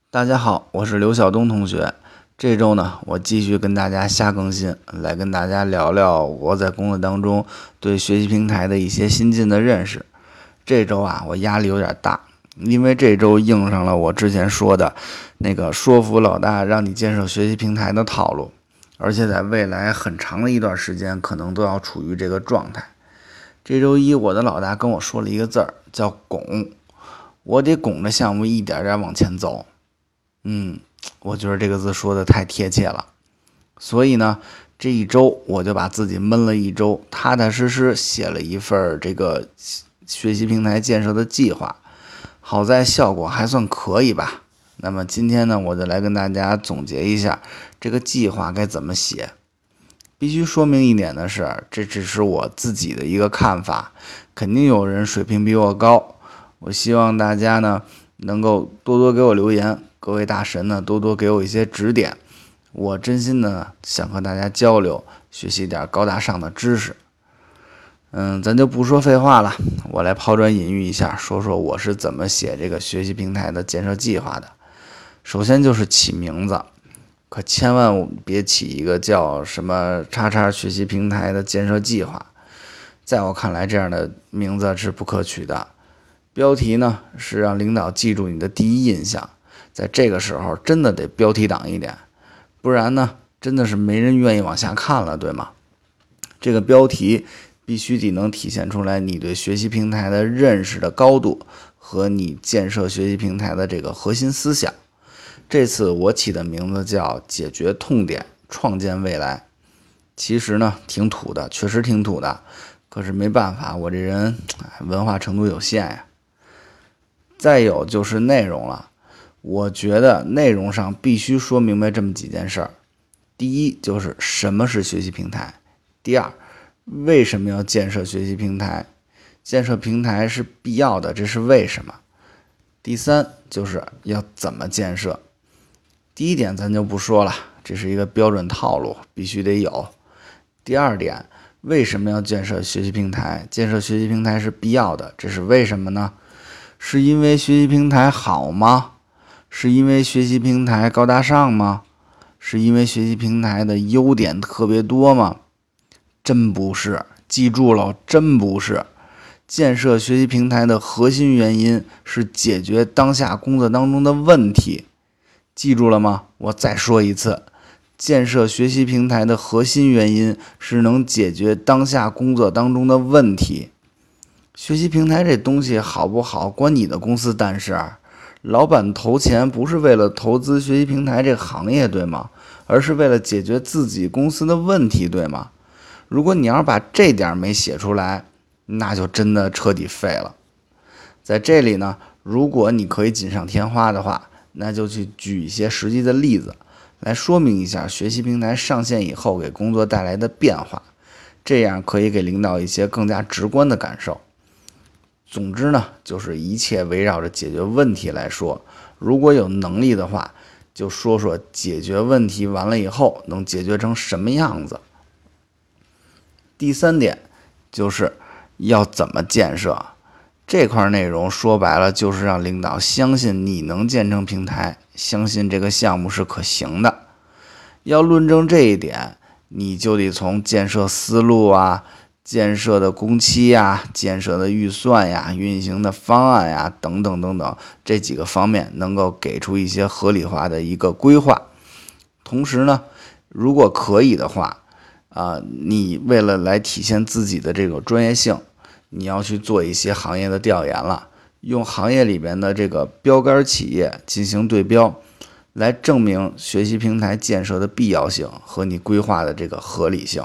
大家好，我是刘晓东同学。这周呢，我继续跟大家瞎更新，来跟大家聊聊我在工作当中对学习平台的一些新进的认识。这周啊，我压力有点大，因为这周应上了我之前说的那个说服老大让你建设学习平台的套路，而且在未来很长的一段时间可能都要处于这个状态。这周一，我的老大跟我说了一个字儿，叫拱，我得拱着项目一点点往前走。我觉得这个字说的太贴切了，所以呢，这一周我就把自己闷了一周，踏踏实实写了一份这个学习平台建设的计划，好在效果还算可以吧。那么今天呢，我就来跟大家总结一下这个计划该怎么写。必须说明一点的是，这只是我自己的一个看法，肯定有人水平比我高。我希望大家呢能够多多给我留言，各位大神呢多多给我一些指点，我真心的想和大家交流，学习点高大上的知识。咱就不说废话了，我来抛砖引玉一下，说说我是怎么写这个学习平台的建设计划的。首先就是起名字，可千万别起一个叫什么叉叉学习平台的建设计划，在我看来这样的名字是不可取的。标题呢是让领导记住你的第一印象，在这个时候真的得标题党一点，不然呢真的是没人愿意往下看了，对吗？这个标题必须得能体现出来你对学习平台的认识的高度和你建设学习平台的这个核心思想。这次我起的名字叫解决痛点，创建未来。其实呢挺土的，确实挺土的，可是没办法，我这人文化程度有限呀。再有就是内容了，我觉得内容上必须说明白这么几件事儿。第一就是什么是学习平台，第二为什么要建设学习平台，建设平台是必要的，这是为什么。第三就是要怎么建设。第一点咱就不说了，这是一个标准套路，必须得有。第二点，为什么要建设学习平台，建设学习平台是必要的，这是为什么呢？是因为学习平台好吗？是因为学习平台高大上吗？是因为学习平台的优点特别多吗？真不是，记住了，真不是。建设学习平台的核心原因是解决当下工作当中的问题，记住了吗？我再说一次，建设学习平台的核心原因是能解决当下工作当中的问题。学习平台这东西好不好关你的公司蛋事，老板投钱不是为了投资学习平台这个行业，对吗？而是为了解决自己公司的问题，对吗？如果你要是把这点没写出来，那就真的彻底废了。在这里呢，如果你可以锦上添花的话，那就去举一些实际的例子来说明一下学习平台上线以后给工作带来的变化，这样可以给领导一些更加直观的感受。总之呢，就是一切围绕着解决问题来说，如果有能力的话，就说说解决问题完了以后能解决成什么样子。第三点就是要怎么建设，这块内容说白了就是让领导相信你能建成平台，相信这个项目是可行的。要论证这一点，你就得从建设思路啊、建设的工期呀、建设的预算呀、运行的方案呀等等等等这几个方面能够给出一些合理化的一个规划。同时呢，如果可以的话，你为了来体现自己的这个专业性，你要去做一些行业的调研了，用行业里边的这个标杆企业进行对标，来证明学习平台建设的必要性和你规划的这个合理性。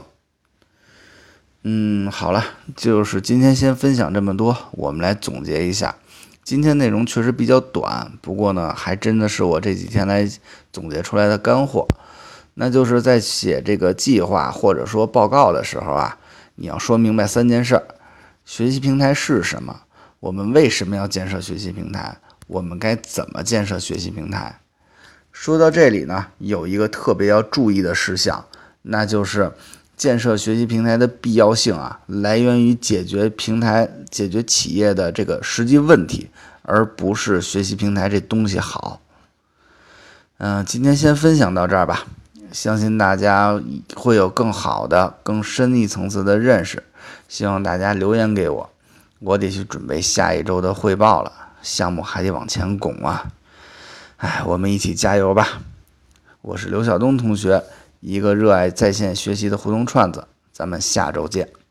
好了，就是今天先分享这么多，我们来总结一下。今天内容确实比较短，不过呢，还真的是我这几天来总结出来的干货。那就是在写这个计划或者说报告的时候啊，你要说明白三件事：学习平台是什么？我们为什么要建设学习平台？我们该怎么建设学习平台？说到这里呢，有一个特别要注意的事项，那就是建设学习平台的必要性啊，来源于解决企业的这个实际问题，而不是学习平台这东西好。 今天先分享到这儿吧，相信大家会有更好的、更深一层次的认识。希望大家留言给我，我得去准备下一周的汇报了，项目还得往前拱啊！我们一起加油吧！我是刘晓东同学，一个热爱在线学习的胡同串子，咱们下周见。